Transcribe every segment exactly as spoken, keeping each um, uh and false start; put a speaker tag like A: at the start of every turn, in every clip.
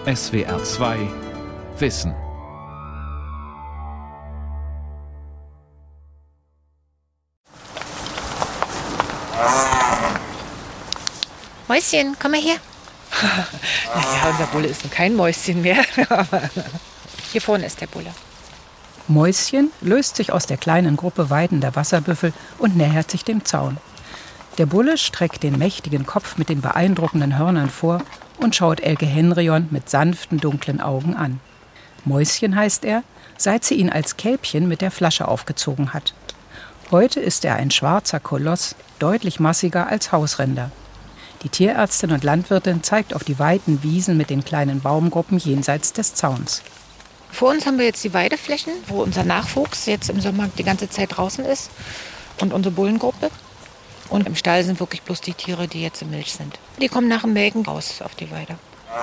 A: S W R zwei Wissen.
B: Mäuschen, komm mal her.
C: Naja, unser Bulle ist nun kein Mäuschen mehr.
B: Hier vorne ist der Bulle.
D: Mäuschen löst sich aus der kleinen Gruppe weidender Wasserbüffel und nähert sich dem Zaun. Der Bulle streckt den mächtigen Kopf mit den beeindruckenden Hörnern vor und schaut Elke Henrion mit sanften, dunklen Augen an. Mäuschen heißt er, seit sie ihn als Kälbchen mit der Flasche aufgezogen hat. Heute ist er ein schwarzer Koloss, deutlich massiger als Hausrinder. Die Tierärztin und Landwirtin zeigt auf die weiten Wiesen mit den kleinen Baumgruppen jenseits des Zauns.
B: Vor uns haben wir jetzt die Weideflächen, wo unser Nachwuchs jetzt im Sommer die ganze Zeit draußen ist und unsere Bullengruppe. Und im Stall sind wirklich bloß die Tiere, die jetzt in Milch sind. Die kommen nach dem Melken raus auf die Weide.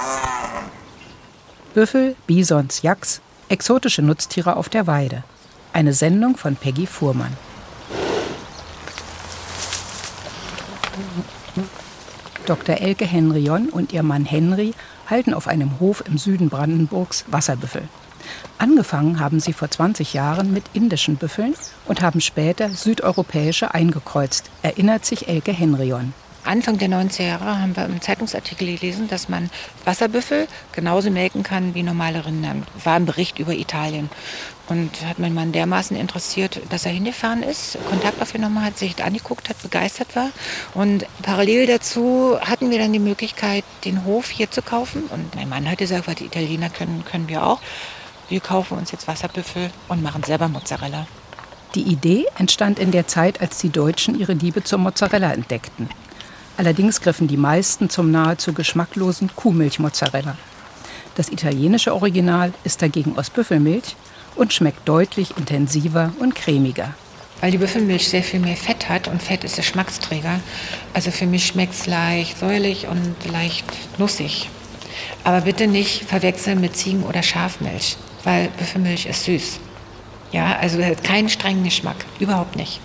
D: Büffel, Bisons, Yaks, exotische Nutztiere auf der Weide. Eine Sendung von Peggy Fuhrmann. Doktor Elke Henrion und ihr Mann Henry halten auf einem Hof im Süden Brandenburgs Wasserbüffel. Angefangen haben sie vor zwanzig Jahren mit indischen Büffeln und haben später südeuropäische eingekreuzt, erinnert sich Elke Henrion.
B: Anfang der neunziger Jahre haben wir im Zeitungsartikel gelesen, dass man Wasserbüffel genauso melken kann wie normale Rinder. War ein Bericht über Italien. Und hat mein Mann dermaßen interessiert, dass er hingefahren ist, Kontakt aufgenommen hat, sich das angeguckt hat, begeistert war. Und parallel dazu hatten wir dann die Möglichkeit, den Hof hier zu kaufen. Und mein Mann hat gesagt, was die Italiener können, können wir auch. Wir kaufen uns jetzt Wasserbüffel und machen selber Mozzarella.
D: Die Idee entstand in der Zeit, als die Deutschen ihre Liebe zur Mozzarella entdeckten. Allerdings griffen die meisten zum nahezu geschmacklosen Kuhmilch-Mozzarella. Das italienische Original ist dagegen aus Büffelmilch und schmeckt deutlich intensiver und cremiger.
B: Weil die Büffelmilch sehr viel mehr Fett hat und Fett ist der Geschmacksträger. Also für mich schmeckt es leicht säuerlich und leicht nussig. Aber bitte nicht verwechseln mit Ziegen- oder Schafmilch, weil Büffelmilch ist süß. Ja, also hat keinen strengen Geschmack, überhaupt nicht.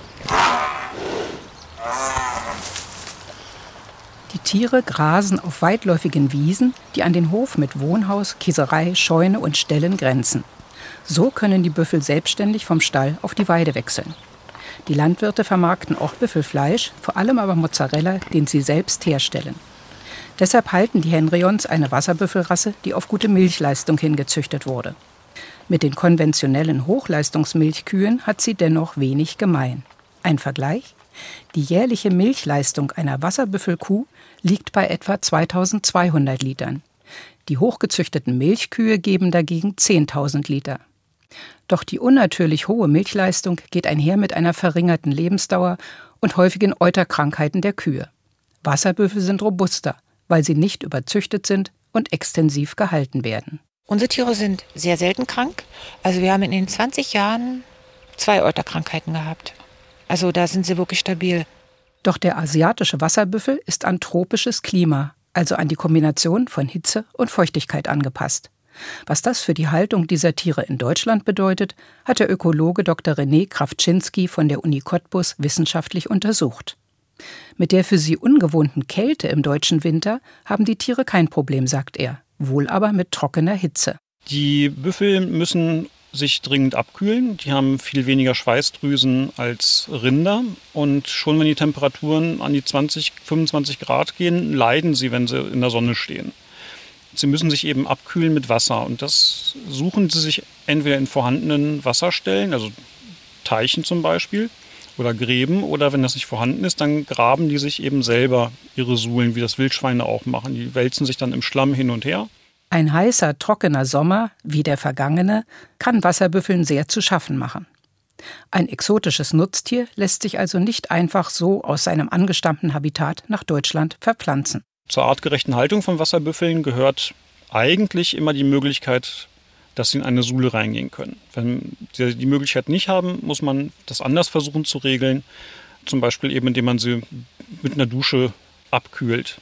D: Die Tiere grasen auf weitläufigen Wiesen, die an den Hof mit Wohnhaus, Käserei, Scheune und Ställen grenzen. So können die Büffel selbstständig vom Stall auf die Weide wechseln. Die Landwirte vermarkten auch Büffelfleisch, vor allem aber Mozzarella, den sie selbst herstellen. Deshalb halten die Henrions eine Wasserbüffelrasse, die auf gute Milchleistung hingezüchtet wurde. Mit den konventionellen Hochleistungsmilchkühen hat sie dennoch wenig gemein. Ein Vergleich? Die jährliche Milchleistung einer Wasserbüffelkuh liegt bei etwa zweitausendzweihundert Litern. Die hochgezüchteten Milchkühe geben dagegen zehntausend Liter. Doch die unnatürlich hohe Milchleistung geht einher mit einer verringerten Lebensdauer und häufigen Euterkrankheiten der Kühe. Wasserbüffel sind robuster, weil sie nicht überzüchtet sind und extensiv gehalten werden.
B: Unsere Tiere sind sehr selten krank. Also wir haben in den zwanzig Jahren zwei Euterkrankheiten gehabt. Also da sind sie wirklich stabil.
D: Doch der asiatische Wasserbüffel ist an tropisches Klima, also an die Kombination von Hitze und Feuchtigkeit angepasst. Was das für die Haltung dieser Tiere in Deutschland bedeutet, hat der Ökologe Doktor René Krawczynski von der Uni Cottbus wissenschaftlich untersucht. Mit der für sie ungewohnten Kälte im deutschen Winter haben die Tiere kein Problem, sagt er, wohl aber mit trockener Hitze.
E: Die Büffel müssen sich dringend abkühlen. Die haben viel weniger Schweißdrüsen als Rinder. Und schon wenn die Temperaturen an die zwanzig, fünfundzwanzig Grad gehen, leiden sie, wenn sie in der Sonne stehen. Sie müssen sich eben abkühlen mit Wasser. Und das suchen sie sich entweder in vorhandenen Wasserstellen, also Teichen zum Beispiel, oder Gräben. Oder wenn das nicht vorhanden ist, dann graben die sich eben selber ihre Suhlen, wie das Wildschweine auch machen. Die wälzen sich dann im Schlamm hin und her.
D: Ein heißer, trockener Sommer, wie der vergangene, kann Wasserbüffeln sehr zu schaffen machen. Ein exotisches Nutztier lässt sich also nicht einfach so aus seinem angestammten Habitat nach Deutschland verpflanzen.
E: Zur artgerechten Haltung von Wasserbüffeln gehört eigentlich immer die Möglichkeit, dass sie in eine Suhle reingehen können. Wenn sie die Möglichkeit nicht haben, muss man das anders versuchen zu regeln. Zum Beispiel eben, indem man sie mit einer Dusche abkühlt.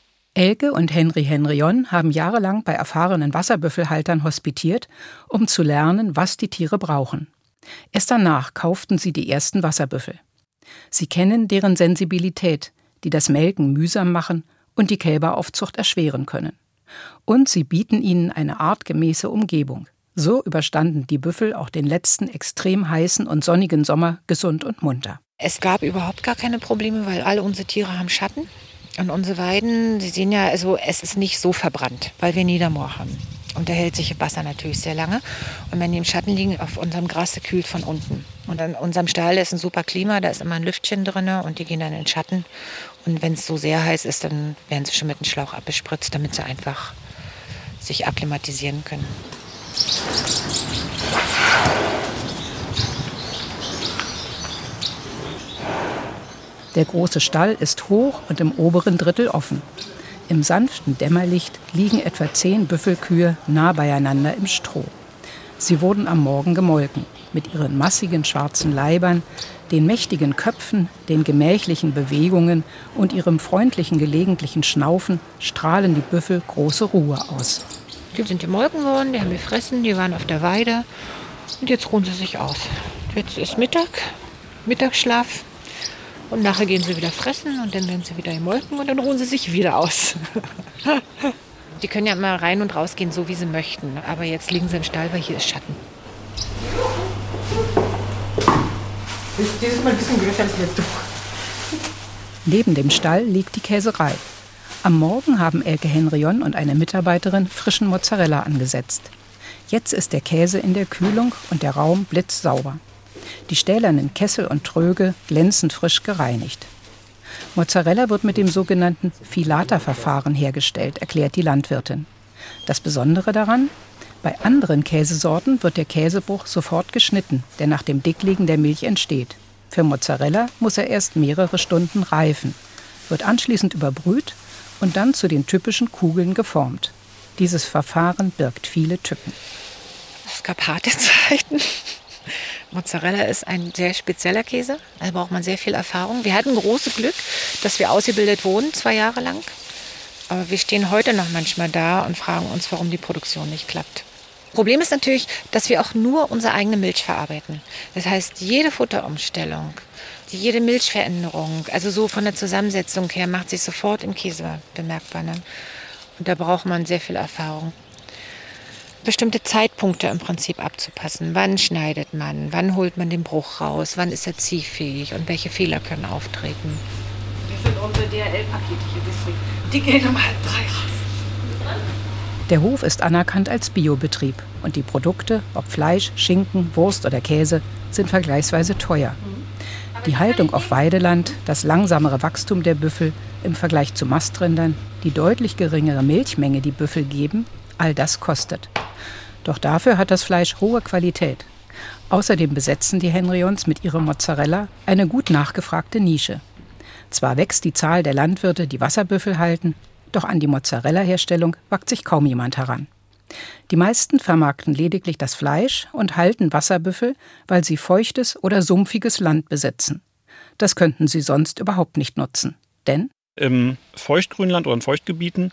D: Elke und Henry Henrion haben jahrelang bei erfahrenen Wasserbüffelhaltern hospitiert, um zu lernen, was die Tiere brauchen. Erst danach kauften sie die ersten Wasserbüffel. Sie kennen deren Sensibilität, die das Melken mühsam machen und die Kälberaufzucht erschweren können. Und sie bieten ihnen eine artgemäße Umgebung. So überstanden die Büffel auch den letzten extrem heißen und sonnigen Sommer gesund und munter.
B: Es gab überhaupt gar keine Probleme, weil alle unsere Tiere haben Schatten. Und unsere Weiden, Sie sehen ja, also es ist nicht so verbrannt, weil wir Niedermoor haben. Und da hält sich Wasser natürlich sehr lange. Und wenn die im Schatten liegen, auf unserem Gras, der kühlt von unten. Und an unserem Stall ist ein super Klima, da ist immer ein Lüftchen drin und die gehen dann in den Schatten. Und wenn es so sehr heiß ist, dann werden sie schon mit dem Schlauch abbespritzt, damit sie einfach sich akklimatisieren können.
D: Der große Stall ist hoch und im oberen Drittel offen. Im sanften Dämmerlicht liegen etwa zehn Büffelkühe nah beieinander im Stroh. Sie wurden am Morgen gemolken. Mit ihren massigen schwarzen Leibern, den mächtigen Köpfen, den gemächlichen Bewegungen und ihrem freundlichen gelegentlichen Schnaufen strahlen die Büffel große Ruhe aus.
B: Die sind gemolken worden, die haben gefressen, die waren auf der Weide und jetzt ruhen sie sich aus. Jetzt ist Mittag, Mittagsschlaf. Und nachher gehen sie wieder fressen und dann werden sie wieder gemolken und dann ruhen sie sich wieder aus. Die können ja immer rein und rausgehen, so wie sie möchten. Aber jetzt liegen sie im Stall, weil hier ist Schatten.
C: Die ist mal ein bisschen größer als letzte Woche.
D: Neben dem Stall liegt die Käserei. Am Morgen haben Elke Henrion und eine Mitarbeiterin frischen Mozzarella angesetzt. Jetzt ist der Käse in der Kühlung und der Raum blitzsauber. Die stählernen Kessel und Tröge glänzend frisch gereinigt. Mozzarella wird mit dem sogenannten Filata-Verfahren hergestellt, erklärt die Landwirtin. Das Besondere daran? Bei anderen Käsesorten wird der Käsebruch sofort geschnitten, der nach dem Dicklegen der Milch entsteht. Für Mozzarella muss er erst mehrere Stunden reifen, wird anschließend überbrüht und dann zu den typischen Kugeln geformt. Dieses Verfahren birgt viele Tücken.
B: Es gab harte Zeiten. Mozzarella ist ein sehr spezieller Käse, da braucht man sehr viel Erfahrung. Wir hatten großes Glück, dass wir ausgebildet wurden, zwei Jahre lang. Aber wir stehen heute noch manchmal da und fragen uns, warum die Produktion nicht klappt. Problem ist natürlich, dass wir auch nur unsere eigene Milch verarbeiten. Das heißt, jede Futterumstellung, jede Milchveränderung, also so von der Zusammensetzung her, macht sich sofort im Käse bemerkbar. Ne? Und da braucht man sehr viel Erfahrung. Bestimmte Zeitpunkte im Prinzip abzupassen. Wann schneidet man? Wann holt man den Bruch raus? Wann ist er ziehfähig? Und welche Fehler können auftreten?
C: Wir sind unsere D H L-Pakete hier, deswegen. Die gehen um halb drei raus.
D: Der Hof ist anerkannt als Biobetrieb und die Produkte, ob Fleisch, Schinken, Wurst oder Käse, sind vergleichsweise teuer. Die Haltung auf Weideland, das langsamere Wachstum der Büffel im Vergleich zu Mastrindern, die deutlich geringere Milchmenge, die Büffel geben, all das kostet. Doch dafür hat das Fleisch hohe Qualität. Außerdem besetzen die Henrions mit ihrem Mozzarella eine gut nachgefragte Nische. Zwar wächst die Zahl der Landwirte, die Wasserbüffel halten, doch an die Mozzarella-Herstellung wagt sich kaum jemand heran. Die meisten vermarkten lediglich das Fleisch und halten Wasserbüffel, weil sie feuchtes oder sumpfiges Land besitzen. Das könnten sie sonst überhaupt nicht nutzen. Denn
E: im Feuchtgrünland oder in Feuchtgebieten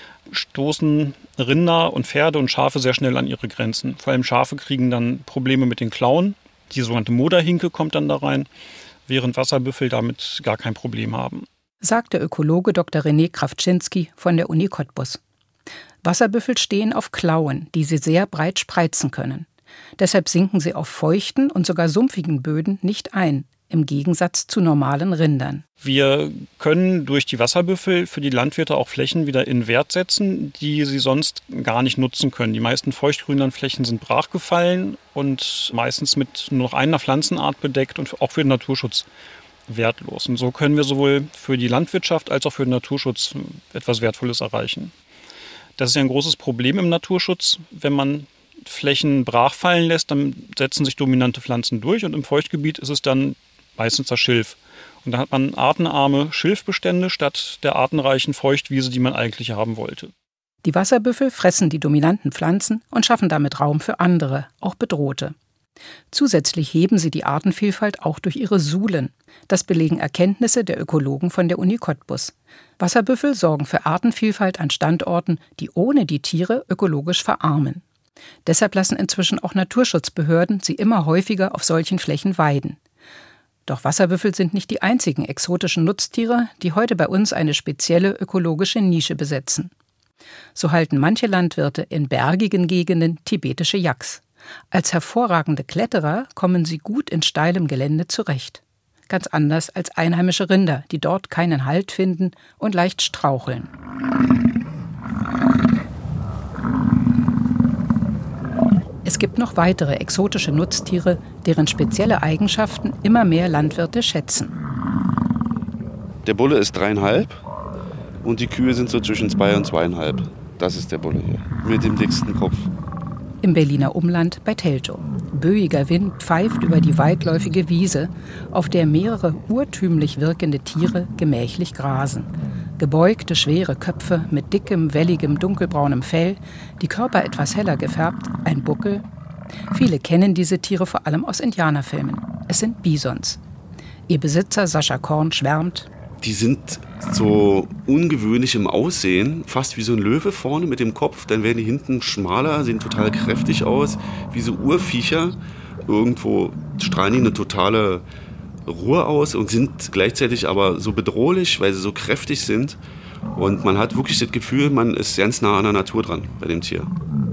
E: stoßen Rinder und Pferde und Schafe sehr schnell an ihre Grenzen. Vor allem Schafe kriegen dann Probleme mit den Klauen. Die sogenannte Moderhinke kommt dann da rein, während Wasserbüffel damit gar kein Problem haben.
D: Sagt der Ökologe Doktor René Krawczynski von der Uni Cottbus. Wasserbüffel stehen auf Klauen, die sie sehr breit spreizen können. Deshalb sinken sie auf feuchten und sogar sumpfigen Böden nicht ein, im Gegensatz zu normalen Rindern.
E: Wir können durch die Wasserbüffel für die Landwirte auch Flächen wieder in Wert setzen, die sie sonst gar nicht nutzen können. Die meisten Feuchtgrünlandflächen sind brachgefallen und meistens mit nur noch einer Pflanzenart bedeckt und auch für den Naturschutz wertlos. Und so können wir sowohl für die Landwirtschaft als auch für den Naturschutz etwas Wertvolles erreichen. Das ist ja ein großes Problem im Naturschutz. Wenn man Flächen brach fallen lässt, dann setzen sich dominante Pflanzen durch und im Feuchtgebiet ist es dann meistens das Schilf. Und da hat man artenarme Schilfbestände statt der artenreichen Feuchtwiese, die man eigentlich haben wollte.
D: Die Wasserbüffel fressen die dominanten Pflanzen und schaffen damit Raum für andere, auch bedrohte. Zusätzlich heben sie die Artenvielfalt auch durch ihre Suhlen. Das belegen Erkenntnisse der Ökologen von der Uni Cottbus. Wasserbüffel sorgen für Artenvielfalt an Standorten, die ohne die Tiere ökologisch verarmen. Deshalb lassen inzwischen auch Naturschutzbehörden sie immer häufiger auf solchen Flächen weiden. Doch Wasserbüffel sind nicht die einzigen exotischen Nutztiere, die heute bei uns eine spezielle ökologische Nische besetzen. So halten manche Landwirte in bergigen Gegenden tibetische Yaks. Als hervorragende Kletterer kommen sie gut in steilem Gelände zurecht. Ganz anders als einheimische Rinder, die dort keinen Halt finden und leicht straucheln. Es gibt noch weitere exotische Nutztiere, deren spezielle Eigenschaften immer mehr Landwirte schätzen.
F: Der Bulle ist dreieinhalb und die Kühe sind so zwischen zwei und zweieinhalb. Das ist der Bulle hier, mit dem dicksten Kopf.
D: Im Berliner Umland bei Teltow. Böiger Wind pfeift über die weitläufige Wiese, auf der mehrere urtümlich wirkende Tiere gemächlich grasen. Gebeugte, schwere Köpfe mit dickem, welligem, dunkelbraunem Fell, die Körper etwas heller gefärbt, ein Buckel. Viele kennen diese Tiere vor allem aus Indianerfilmen. Es sind Bisons. Ihr Besitzer Sascha Korn schwärmt:
F: Die sind so ungewöhnlich im Aussehen, fast wie so ein Löwe vorne mit dem Kopf. Dann werden die hinten schmaler, sehen total kräftig aus, wie so Urviecher. Irgendwo strahlen die eine totale Ruhe aus und sind gleichzeitig aber so bedrohlich, weil sie so kräftig sind. Und man hat wirklich das Gefühl, man ist ganz nah an der Natur dran bei dem Tier.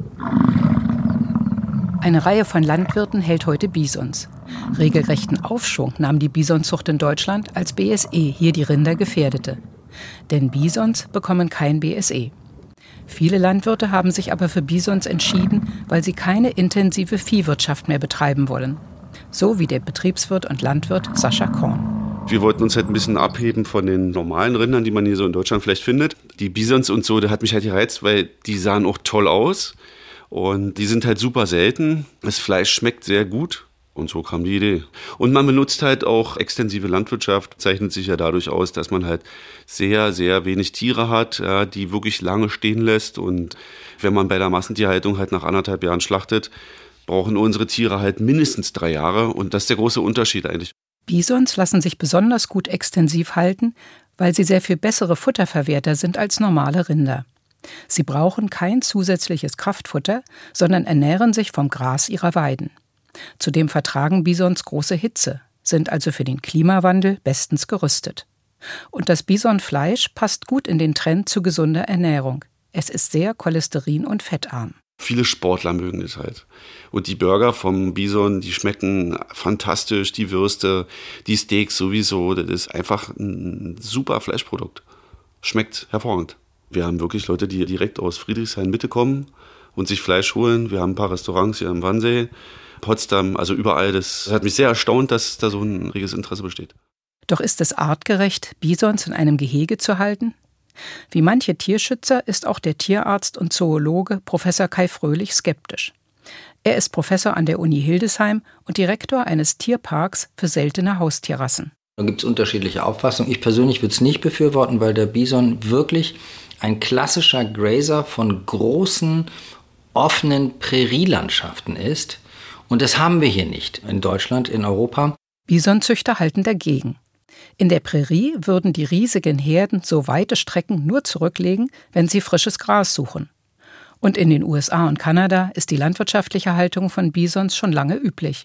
D: Eine Reihe von Landwirten hält heute Bisons. Regelrechten Aufschwung nahm die Bisonzucht in Deutschland, als B S E hier die Rinder gefährdete. Denn Bisons bekommen kein B S E. Viele Landwirte haben sich aber für Bisons entschieden, weil sie keine intensive Viehwirtschaft mehr betreiben wollen. So wie der Betriebswirt und Landwirt Sascha Korn.
F: Wir wollten uns halt ein bisschen abheben von den normalen Rindern, die man hier so in Deutschland vielleicht findet. Die Bisons und so, der hat mich halt gereizt, weil die sahen auch toll aus. Und die sind halt super selten. Das Fleisch schmeckt sehr gut. Und so kam die Idee. Und man benutzt halt auch extensive Landwirtschaft, zeichnet sich ja dadurch aus, dass man halt sehr, sehr wenig Tiere hat, ja, die wirklich lange stehen lässt. Und wenn man bei der Massentierhaltung halt nach anderthalb Jahren schlachtet, brauchen unsere Tiere halt mindestens drei Jahre. Und das ist der große Unterschied eigentlich.
D: Bisons lassen sich besonders gut extensiv halten, weil sie sehr viel bessere Futterverwerter sind als normale Rinder. Sie brauchen kein zusätzliches Kraftfutter, sondern ernähren sich vom Gras ihrer Weiden. Zudem vertragen Bisons große Hitze, sind also für den Klimawandel bestens gerüstet. Und das Bisonfleisch passt gut in den Trend zu gesunder Ernährung. Es ist sehr cholesterin- und fettarm.
F: Viele Sportler mögen das halt. Und die Burger vom Bison, die schmecken fantastisch, die Würste, die Steaks sowieso. Das ist einfach ein super Fleischprodukt. Schmeckt hervorragend. Wir haben wirklich Leute, die direkt aus Friedrichshain-Mitte kommen und sich Fleisch holen. Wir haben ein paar Restaurants hier am Wannsee, Potsdam, also überall. Das hat mich sehr erstaunt, dass da so ein reges Interesse besteht.
D: Doch ist es artgerecht, Bisons in einem Gehege zu halten? Wie manche Tierschützer ist auch der Tierarzt und Zoologe Professor Kai Fröhlich skeptisch. Er ist Professor an der Uni Hildesheim und Direktor eines Tierparks für seltene Haustierrassen.
G: Da gibt es unterschiedliche Auffassungen. Ich persönlich würde es nicht befürworten, weil der Bison wirklich ein klassischer Grazer von großen, offenen Prärielandschaften ist. Und das haben wir hier nicht in Deutschland, in Europa.
D: Bisonzüchter halten dagegen. In der Prärie würden die riesigen Herden so weite Strecken nur zurücklegen, wenn sie frisches Gras suchen. Und in den U S A und Kanada ist die landwirtschaftliche Haltung von Bisons schon lange üblich.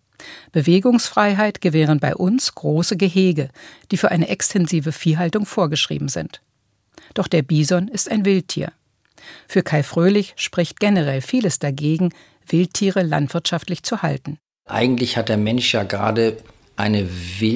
D: Bewegungsfreiheit gewähren bei uns große Gehege, die für eine extensive Viehhaltung vorgeschrieben sind. Doch der Bison ist ein Wildtier. Für Kai Fröhlich spricht generell vieles dagegen, Wildtiere landwirtschaftlich zu halten.
G: Eigentlich hat der Mensch ja gerade eine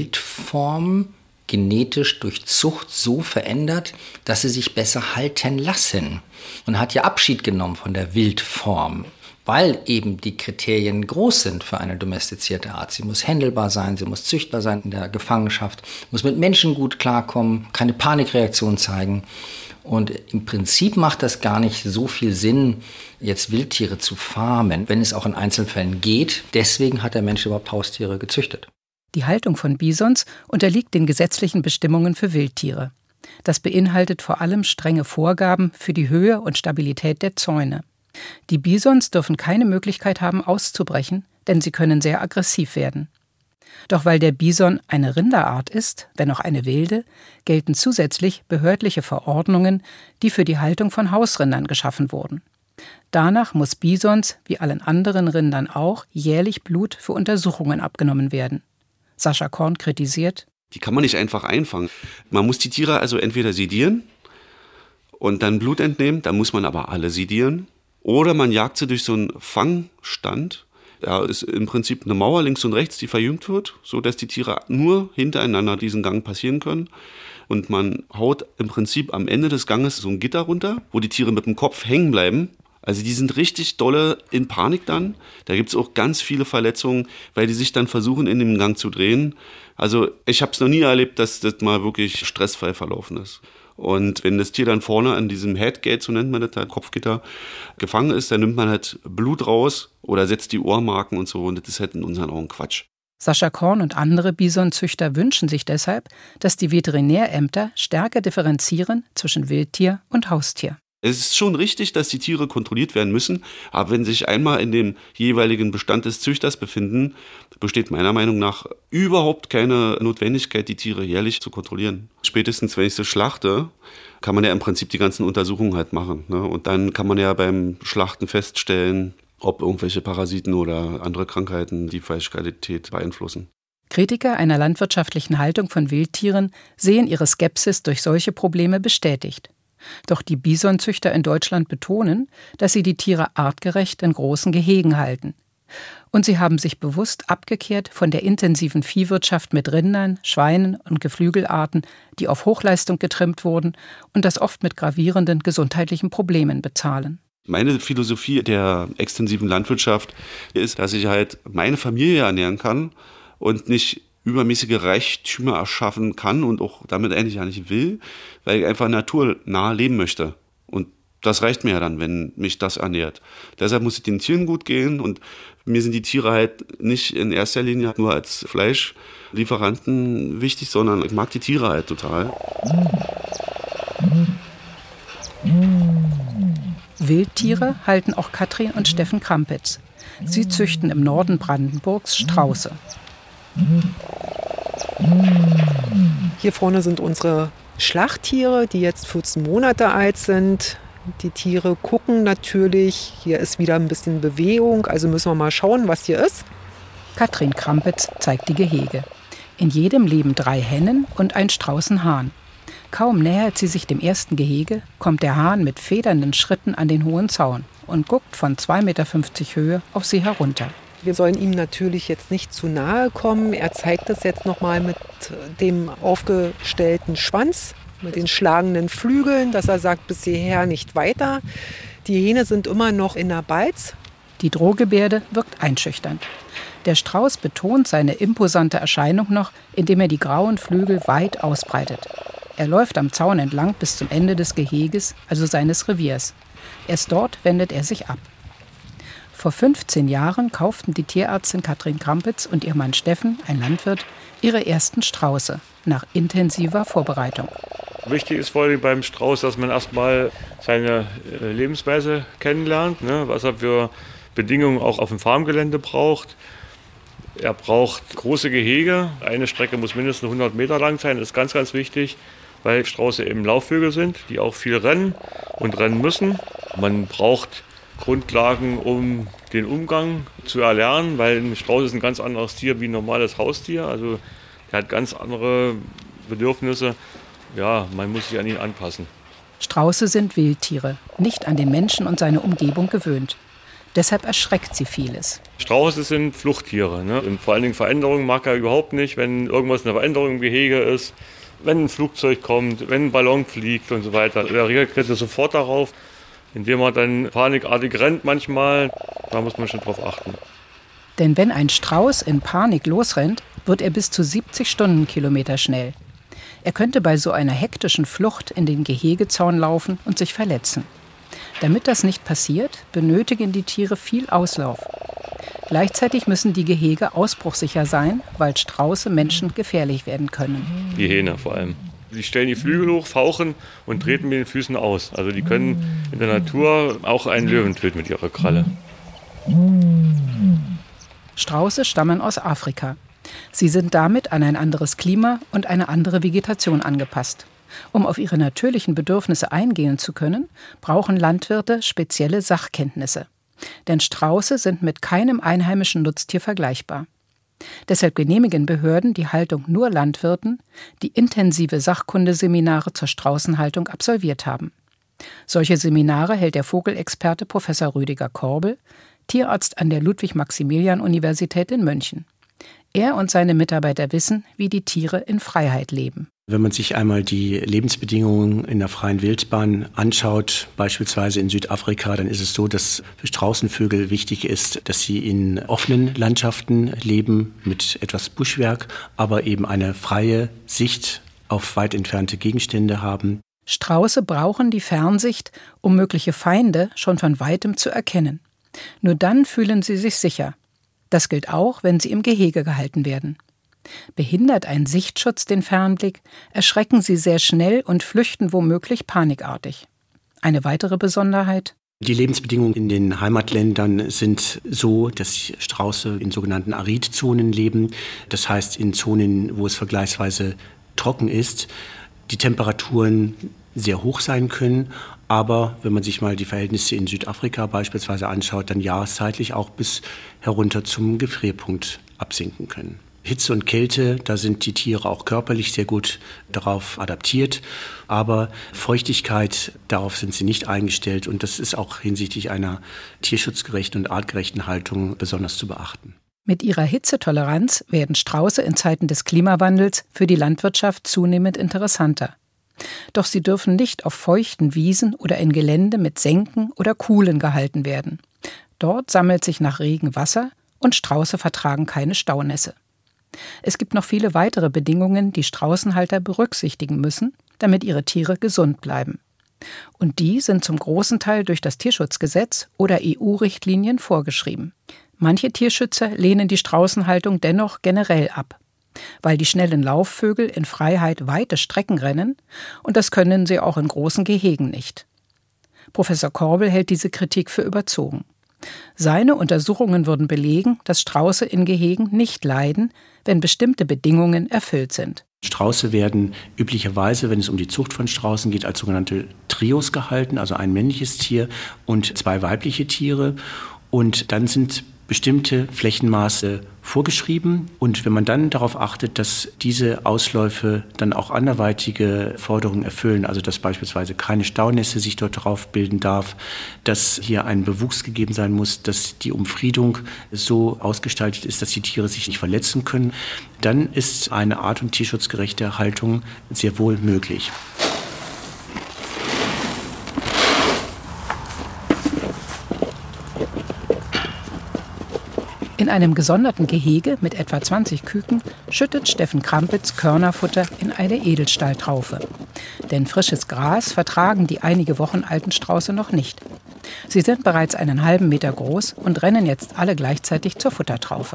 G: Wildform genetisch durch Zucht so verändert, dass sie sich besser halten lassen. Und hat ja Abschied genommen von der Wildform, weil eben die Kriterien groß sind für eine domestizierte Art. Sie muss händelbar sein, sie muss züchtbar sein in der Gefangenschaft, muss mit Menschen gut klarkommen, keine Panikreaktion zeigen. Und im Prinzip macht das gar nicht so viel Sinn, jetzt Wildtiere zu farmen, wenn es auch in Einzelfällen geht. Deswegen hat der Mensch überhaupt Haustiere gezüchtet.
D: Die Haltung von Bisons unterliegt den gesetzlichen Bestimmungen für Wildtiere. Das beinhaltet vor allem strenge Vorgaben für die Höhe und Stabilität der Zäune. Die Bisons dürfen keine Möglichkeit haben, auszubrechen, denn sie können sehr aggressiv werden. Doch weil der Bison eine Rinderart ist, wenn auch eine wilde, gelten zusätzlich behördliche Verordnungen, die für die Haltung von Hausrindern geschaffen wurden. Danach muss Bisons, wie allen anderen Rindern auch, jährlich Blut für Untersuchungen abgenommen werden. Sascha Korn kritisiert:
F: Die kann man nicht einfach einfangen. Man muss die Tiere also entweder sedieren und dann Blut entnehmen. Da muss man aber alle sedieren. Oder man jagt sie durch so einen Fangstand. Da ist im Prinzip eine Mauer links und rechts, die verjüngt wird, sodass die Tiere nur hintereinander diesen Gang passieren können. Und man haut im Prinzip am Ende des Ganges so ein Gitter runter, wo die Tiere mit dem Kopf hängen bleiben. Also die sind richtig dolle in Panik dann. Da gibt es auch ganz viele Verletzungen, weil die sich dann versuchen, in dem Gang zu drehen. Also ich habe es noch nie erlebt, dass das mal wirklich stressfrei verlaufen ist. Und wenn das Tier dann vorne an diesem Headgate, so nennt man das, halt Kopfgitter, gefangen ist, dann nimmt man halt Blut raus oder setzt die Ohrmarken und so. Und das ist halt in unseren Augen Quatsch.
D: Sascha Korn und andere Bisonzüchter wünschen sich deshalb, dass die Veterinärämter stärker differenzieren zwischen Wildtier und Haustier.
F: Es ist schon richtig, dass die Tiere kontrolliert werden müssen, aber wenn sie sich einmal in dem jeweiligen Bestand des Züchters befinden, besteht meiner Meinung nach überhaupt keine Notwendigkeit, die Tiere jährlich zu kontrollieren. Spätestens, wenn ich sie schlachte, kann man ja im Prinzip die ganzen Untersuchungen halt machen, ne? Und dann kann man ja beim Schlachten feststellen, ob irgendwelche Parasiten oder andere Krankheiten die Fleischqualität beeinflussen.
D: Kritiker einer landwirtschaftlichen Haltung von Wildtieren sehen ihre Skepsis durch solche Probleme bestätigt. Doch die Bisonzüchter in Deutschland betonen, dass sie die Tiere artgerecht in großen Gehegen halten. Und sie haben sich bewusst abgekehrt von der intensiven Viehwirtschaft mit Rindern, Schweinen und Geflügelarten, die auf Hochleistung getrimmt wurden und das oft mit gravierenden gesundheitlichen Problemen bezahlen.
F: Meine Philosophie der extensiven Landwirtschaft ist, dass ich halt meine Familie ernähren kann und nicht übermäßige Reichtümer erschaffen kann und auch damit eigentlich ja nicht will, weil ich einfach naturnah leben möchte. Und das reicht mir ja dann, wenn mich das ernährt. Deshalb muss es den Tieren gut gehen und mir sind die Tiere halt nicht in erster Linie nur als Fleischlieferanten wichtig, sondern ich mag die Tiere halt total.
D: Wildtiere halten auch Katrin und Steffen Krampitz. Sie züchten im Norden Brandenburgs Strauße.
H: Hier vorne sind unsere Schlachttiere, die jetzt vierzehn Monate alt sind. Die Tiere gucken natürlich. Hier ist wieder ein bisschen Bewegung, also müssen wir mal schauen, was hier ist.
D: Katrin Krampitz zeigt die Gehege. In jedem leben drei Hennen und ein Straußenhahn. Kaum nähert sie sich dem ersten Gehege, kommt der Hahn mit federnden Schritten an den hohen Zaun und guckt von zwei Meter fünfzig Höhe auf sie herunter.
H: Wir sollen ihm natürlich jetzt nicht zu nahe kommen. Er zeigt es jetzt noch mal mit dem aufgestellten Schwanz, mit den schlagenden Flügeln, dass er sagt, bis hierher nicht weiter. Die Hähne sind immer noch in der Balz.
D: Die Drohgebärde wirkt einschüchternd. Der Strauß betont seine imposante Erscheinung noch, indem er die grauen Flügel weit ausbreitet. Er läuft am Zaun entlang bis zum Ende des Geheges, also seines Reviers. Erst dort wendet er sich ab. Vor fünfzehn Jahren kauften die Tierärztin Katrin Krampitz und ihr Mann Steffen, ein Landwirt, ihre ersten Strauße nach intensiver Vorbereitung.
I: Wichtig ist vor allem beim Strauß, dass man erstmal seine Lebensweise kennenlernt, ne, was er für Bedingungen auch auf dem Farmgelände braucht. Er braucht große Gehege. Eine Strecke muss mindestens hundert Meter lang sein, das ist ganz, ganz wichtig, weil Strauße eben Laufvögel sind, die auch viel rennen und rennen müssen. Man braucht Grundlagen, um den Umgang zu erlernen, weil ein Strauß ist ein ganz anderes Tier wie ein normales Haustier. Also er hat ganz andere Bedürfnisse. Ja, man muss sich an ihn anpassen.
D: Strauße sind Wildtiere, nicht an den Menschen und seine Umgebung gewöhnt. Deshalb erschreckt sie vieles.
I: Strauße sind Fluchttiere, ne? Und vor allen Dingen Veränderungen mag er überhaupt nicht, wenn irgendwas eine Veränderung im Gehege ist, wenn ein Flugzeug kommt, wenn ein Ballon fliegt und so weiter. Er reagiert sofort darauf, indem er dann panikartig rennt manchmal. Da muss man schon drauf achten.
D: Denn wenn ein Strauß in Panik losrennt, wird er bis zu siebzig Stundenkilometer schnell. Er könnte bei so einer hektischen Flucht in den Gehegezaun laufen und sich verletzen. Damit das nicht passiert, benötigen die Tiere viel Auslauf. Gleichzeitig müssen die Gehege ausbruchsicher sein, weil Strauße Menschen gefährlich werden können.
I: Die Hähne vor allem. Die stellen die Flügel hoch, fauchen und treten mit den Füßen aus. Also die können in der Natur auch einen Löwen töten mit ihrer Kralle.
D: Strauße stammen aus Afrika. Sie sind damit an ein anderes Klima und eine andere Vegetation angepasst. Um auf ihre natürlichen Bedürfnisse eingehen zu können, brauchen Landwirte spezielle Sachkenntnisse. Denn Strauße sind mit keinem einheimischen Nutztier vergleichbar. Deshalb genehmigen Behörden die Haltung nur Landwirten, die intensive Sachkundeseminare zur Straußenhaltung absolviert haben. Solche Seminare hält der Vogelexperte Professor Rüdiger Korbel, Tierarzt an der Ludwig-Maximilian-Universität in München. Er und seine Mitarbeiter wissen, wie die Tiere in Freiheit leben.
J: Wenn man sich einmal die Lebensbedingungen in der freien Wildbahn anschaut, beispielsweise in Südafrika, dann ist es so, dass für Straußenvögel wichtig ist, dass sie in offenen Landschaften leben mit etwas Buschwerk, aber eben eine freie Sicht auf weit entfernte Gegenstände haben.
D: Strauße brauchen die Fernsicht, um mögliche Feinde schon von weitem zu erkennen. Nur dann fühlen sie sich sicher. Das gilt auch, wenn sie im Gehege gehalten werden. Behindert ein Sichtschutz den Fernblick, erschrecken sie sehr schnell und flüchten womöglich panikartig. Eine weitere Besonderheit:
J: Die Lebensbedingungen in den Heimatländern sind so, dass Strauße in sogenannten Aridzonen leben. Das heißt in Zonen, wo es vergleichsweise trocken ist, die Temperaturen sehr hoch sein können. Aber wenn man sich mal die Verhältnisse in Südafrika beispielsweise anschaut, dann jahreszeitlich auch bis herunter zum Gefrierpunkt absinken können. Hitze und Kälte, da sind die Tiere auch körperlich sehr gut darauf adaptiert. Aber Feuchtigkeit, darauf sind sie nicht eingestellt. Und das ist auch hinsichtlich einer tierschutzgerechten und artgerechten Haltung besonders zu beachten.
D: Mit ihrer Hitzetoleranz werden Strauße in Zeiten des Klimawandels für die Landwirtschaft zunehmend interessanter. Doch sie dürfen nicht auf feuchten Wiesen oder in Gelände mit Senken oder Kuhlen gehalten werden. Dort sammelt sich nach Regen Wasser und Strauße vertragen keine Staunässe. Es gibt noch viele weitere Bedingungen, die Straußenhalter berücksichtigen müssen, damit ihre Tiere gesund bleiben. Und die sind zum großen Teil durch das Tierschutzgesetz oder E U-Richtlinien vorgeschrieben. Manche Tierschützer lehnen die Straußenhaltung dennoch generell ab, weil die schnellen Laufvögel in Freiheit weite Strecken rennen, und das können sie auch in großen Gehegen nicht. Professor Korbel hält diese Kritik für überzogen. Seine Untersuchungen würden belegen, dass Strauße in Gehegen nicht leiden, wenn bestimmte Bedingungen erfüllt sind.
J: Strauße werden üblicherweise, wenn es um die Zucht von Straußen geht, als sogenannte Trios gehalten, also ein männliches Tier und zwei weibliche Tiere. Und dann sind bestimmte Flächenmaße vorgeschrieben. Und wenn man dann darauf achtet, dass diese Ausläufe dann auch anderweitige Forderungen erfüllen, also dass beispielsweise keine Staunässe sich dort drauf bilden darf, dass hier ein Bewuchs gegeben sein muss, dass die Umfriedung so ausgestaltet ist, dass die Tiere sich nicht verletzen können, dann ist eine art- und tierschutzgerechte Haltung sehr wohl möglich.
D: In einem gesonderten Gehege mit etwa zwanzig Küken schüttet Steffen Krampitz Körnerfutter in eine Edelstahltraufe. Denn frisches Gras vertragen die einige Wochen alten Strauße noch nicht. Sie sind bereits einen halben Meter groß und rennen jetzt alle gleichzeitig zur Futtertraufe.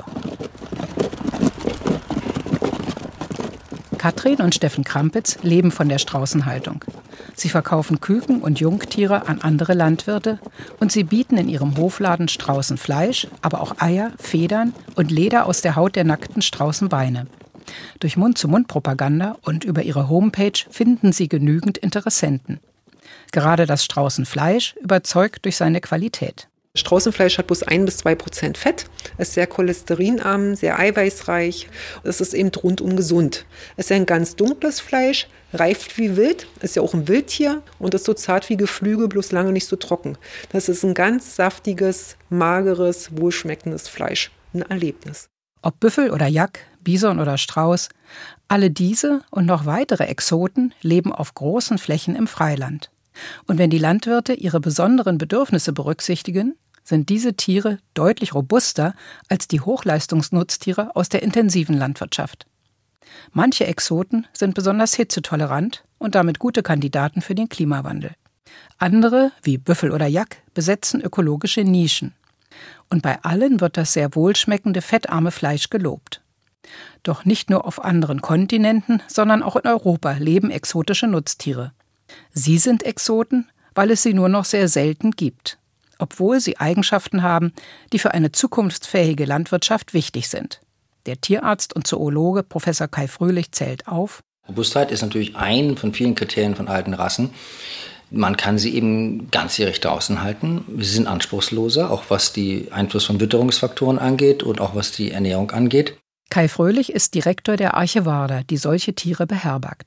D: Katrin und Steffen Krampitz leben von der Straußenhaltung. Sie verkaufen Küken und Jungtiere an andere Landwirte und sie bieten in ihrem Hofladen Straußenfleisch, aber auch Eier, Federn und Leder aus der Haut der nackten Straußenbeine. Durch Mund-zu-Mund-Propaganda und über ihre Homepage finden sie genügend Interessenten. Gerade das Straußenfleisch überzeugt durch seine Qualität.
H: Straußenfleisch hat bloß ein bis zwei Prozent Fett, ist sehr cholesterinarm, sehr eiweißreich. Es ist eben rundum gesund. Es ist ein ganz dunkles Fleisch, reift wie Wild, ist ja auch ein Wildtier und ist so zart wie Geflügel, bloß lange nicht so trocken. Das ist ein ganz saftiges, mageres, wohlschmeckendes Fleisch. Ein Erlebnis.
D: Ob Büffel oder Jack, Bison oder Strauß, alle diese und noch weitere Exoten leben auf großen Flächen im Freiland. Und wenn die Landwirte ihre besonderen Bedürfnisse berücksichtigen, sind diese Tiere deutlich robuster als die Hochleistungsnutztiere aus der intensiven Landwirtschaft. Manche Exoten sind besonders hitzetolerant und damit gute Kandidaten für den Klimawandel. Andere, wie Büffel oder Jack, besetzen ökologische Nischen. Und bei allen wird das sehr wohlschmeckende, fettarme Fleisch gelobt. Doch nicht nur auf anderen Kontinenten, sondern auch in Europa leben exotische Nutztiere. Sie sind Exoten, weil es sie nur noch sehr selten gibt, obwohl sie Eigenschaften haben, die für eine zukunftsfähige Landwirtschaft wichtig sind. Der Tierarzt und Zoologe Professor Kai Fröhlich zählt auf:
G: Robustheit ist natürlich ein von vielen Kriterien von alten Rassen. Man kann sie eben ganzjährig draußen halten. Sie sind anspruchsloser, auch was die Einfluss von Witterungsfaktoren angeht und auch was die Ernährung angeht.
D: Kai Fröhlich ist Direktor der Arche Warder, die solche Tiere beherbergt.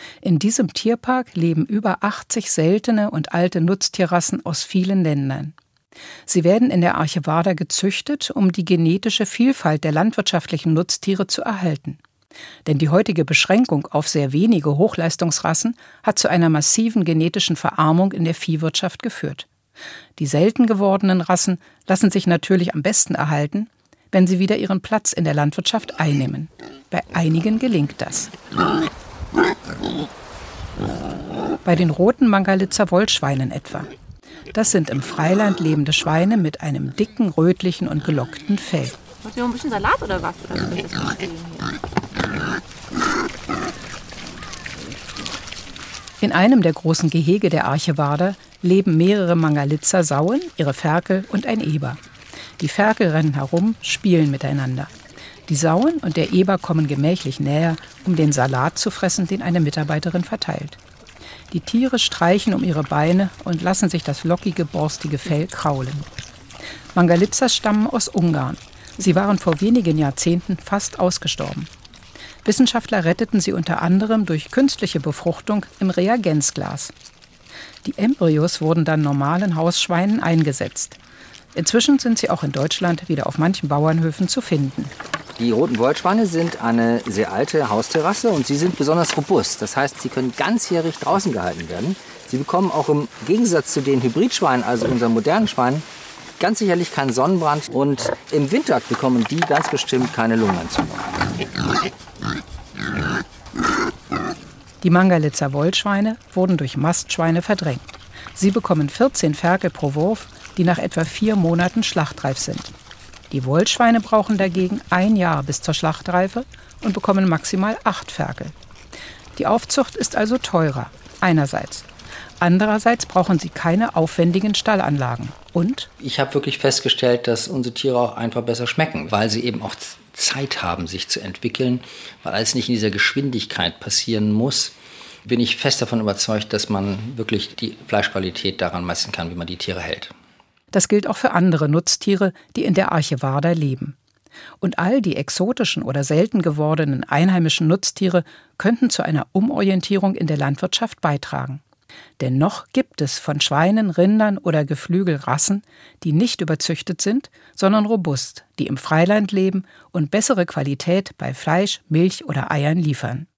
D: In diesem Tierpark leben über achtzig seltene und alte Nutztierrassen aus vielen Ländern. Sie werden in der Arche-Warda gezüchtet, um die genetische Vielfalt der landwirtschaftlichen Nutztiere zu erhalten. Denn die heutige Beschränkung auf sehr wenige Hochleistungsrassen hat zu einer massiven genetischen Verarmung in der Viehwirtschaft geführt. Die selten gewordenen Rassen lassen sich natürlich am besten erhalten, wenn sie wieder ihren Platz in der Landwirtschaft einnehmen. Bei einigen gelingt das. Bei den roten Mangalitzer Wollschweinen etwa. Das sind im Freiland lebende Schweine mit einem dicken, rötlichen und gelockten Fell.
C: Hast du noch ein bisschen Salat oder was? Oder was ist das hier?
D: In einem der großen Gehege der Arche-Warda leben mehrere Mangalitzer Sauen, ihre Ferkel und ein Eber. Die Ferkel rennen herum, spielen miteinander. Die Sauen und der Eber kommen gemächlich näher, um den Salat zu fressen, den eine Mitarbeiterin verteilt. Die Tiere streichen um ihre Beine und lassen sich das lockige, borstige Fell kraulen. Mangalitzers stammen aus Ungarn. Sie waren vor wenigen Jahrzehnten fast ausgestorben. Wissenschaftler retteten sie unter anderem durch künstliche Befruchtung im Reagenzglas. Die Embryos wurden dann normalen Hausschweinen eingesetzt. Inzwischen sind sie auch in Deutschland wieder auf manchen Bauernhöfen zu finden.
G: Die roten Wollschweine sind eine sehr alte Haustierrasse und sie sind besonders robust. Das heißt, sie können ganzjährig draußen gehalten werden. Sie bekommen auch im Gegensatz zu den Hybridschweinen, also unseren modernen Schweinen, ganz sicherlich keinen Sonnenbrand. Und im Winter bekommen die ganz bestimmt keine Lungenentzündung.
D: Die Mangalitzer Wollschweine wurden durch Mastschweine verdrängt. Sie bekommen vierzehn Ferkel pro Wurf, die nach etwa vier Monaten schlachtreif sind. Die Wollschweine brauchen dagegen ein Jahr bis zur Schlachtreife und bekommen maximal acht Ferkel. Die Aufzucht ist also teurer, einerseits. Andererseits brauchen sie keine aufwendigen Stallanlagen. Und?
G: Ich habe wirklich festgestellt, dass unsere Tiere auch einfach besser schmecken, weil sie eben auch Zeit haben, sich zu entwickeln, weil alles nicht in dieser Geschwindigkeit passieren muss. Bin ich fest davon überzeugt, dass man wirklich die Fleischqualität daran messen kann, wie man die Tiere hält.
D: Das gilt auch für andere Nutztiere, die in der Arche-Warda leben. Und all die exotischen oder selten gewordenen einheimischen Nutztiere könnten zu einer Umorientierung in der Landwirtschaft beitragen. Denn noch gibt es von Schweinen, Rindern oder Geflügel Rassen, die nicht überzüchtet sind, sondern robust, die im Freiland leben und bessere Qualität bei Fleisch, Milch oder Eiern liefern.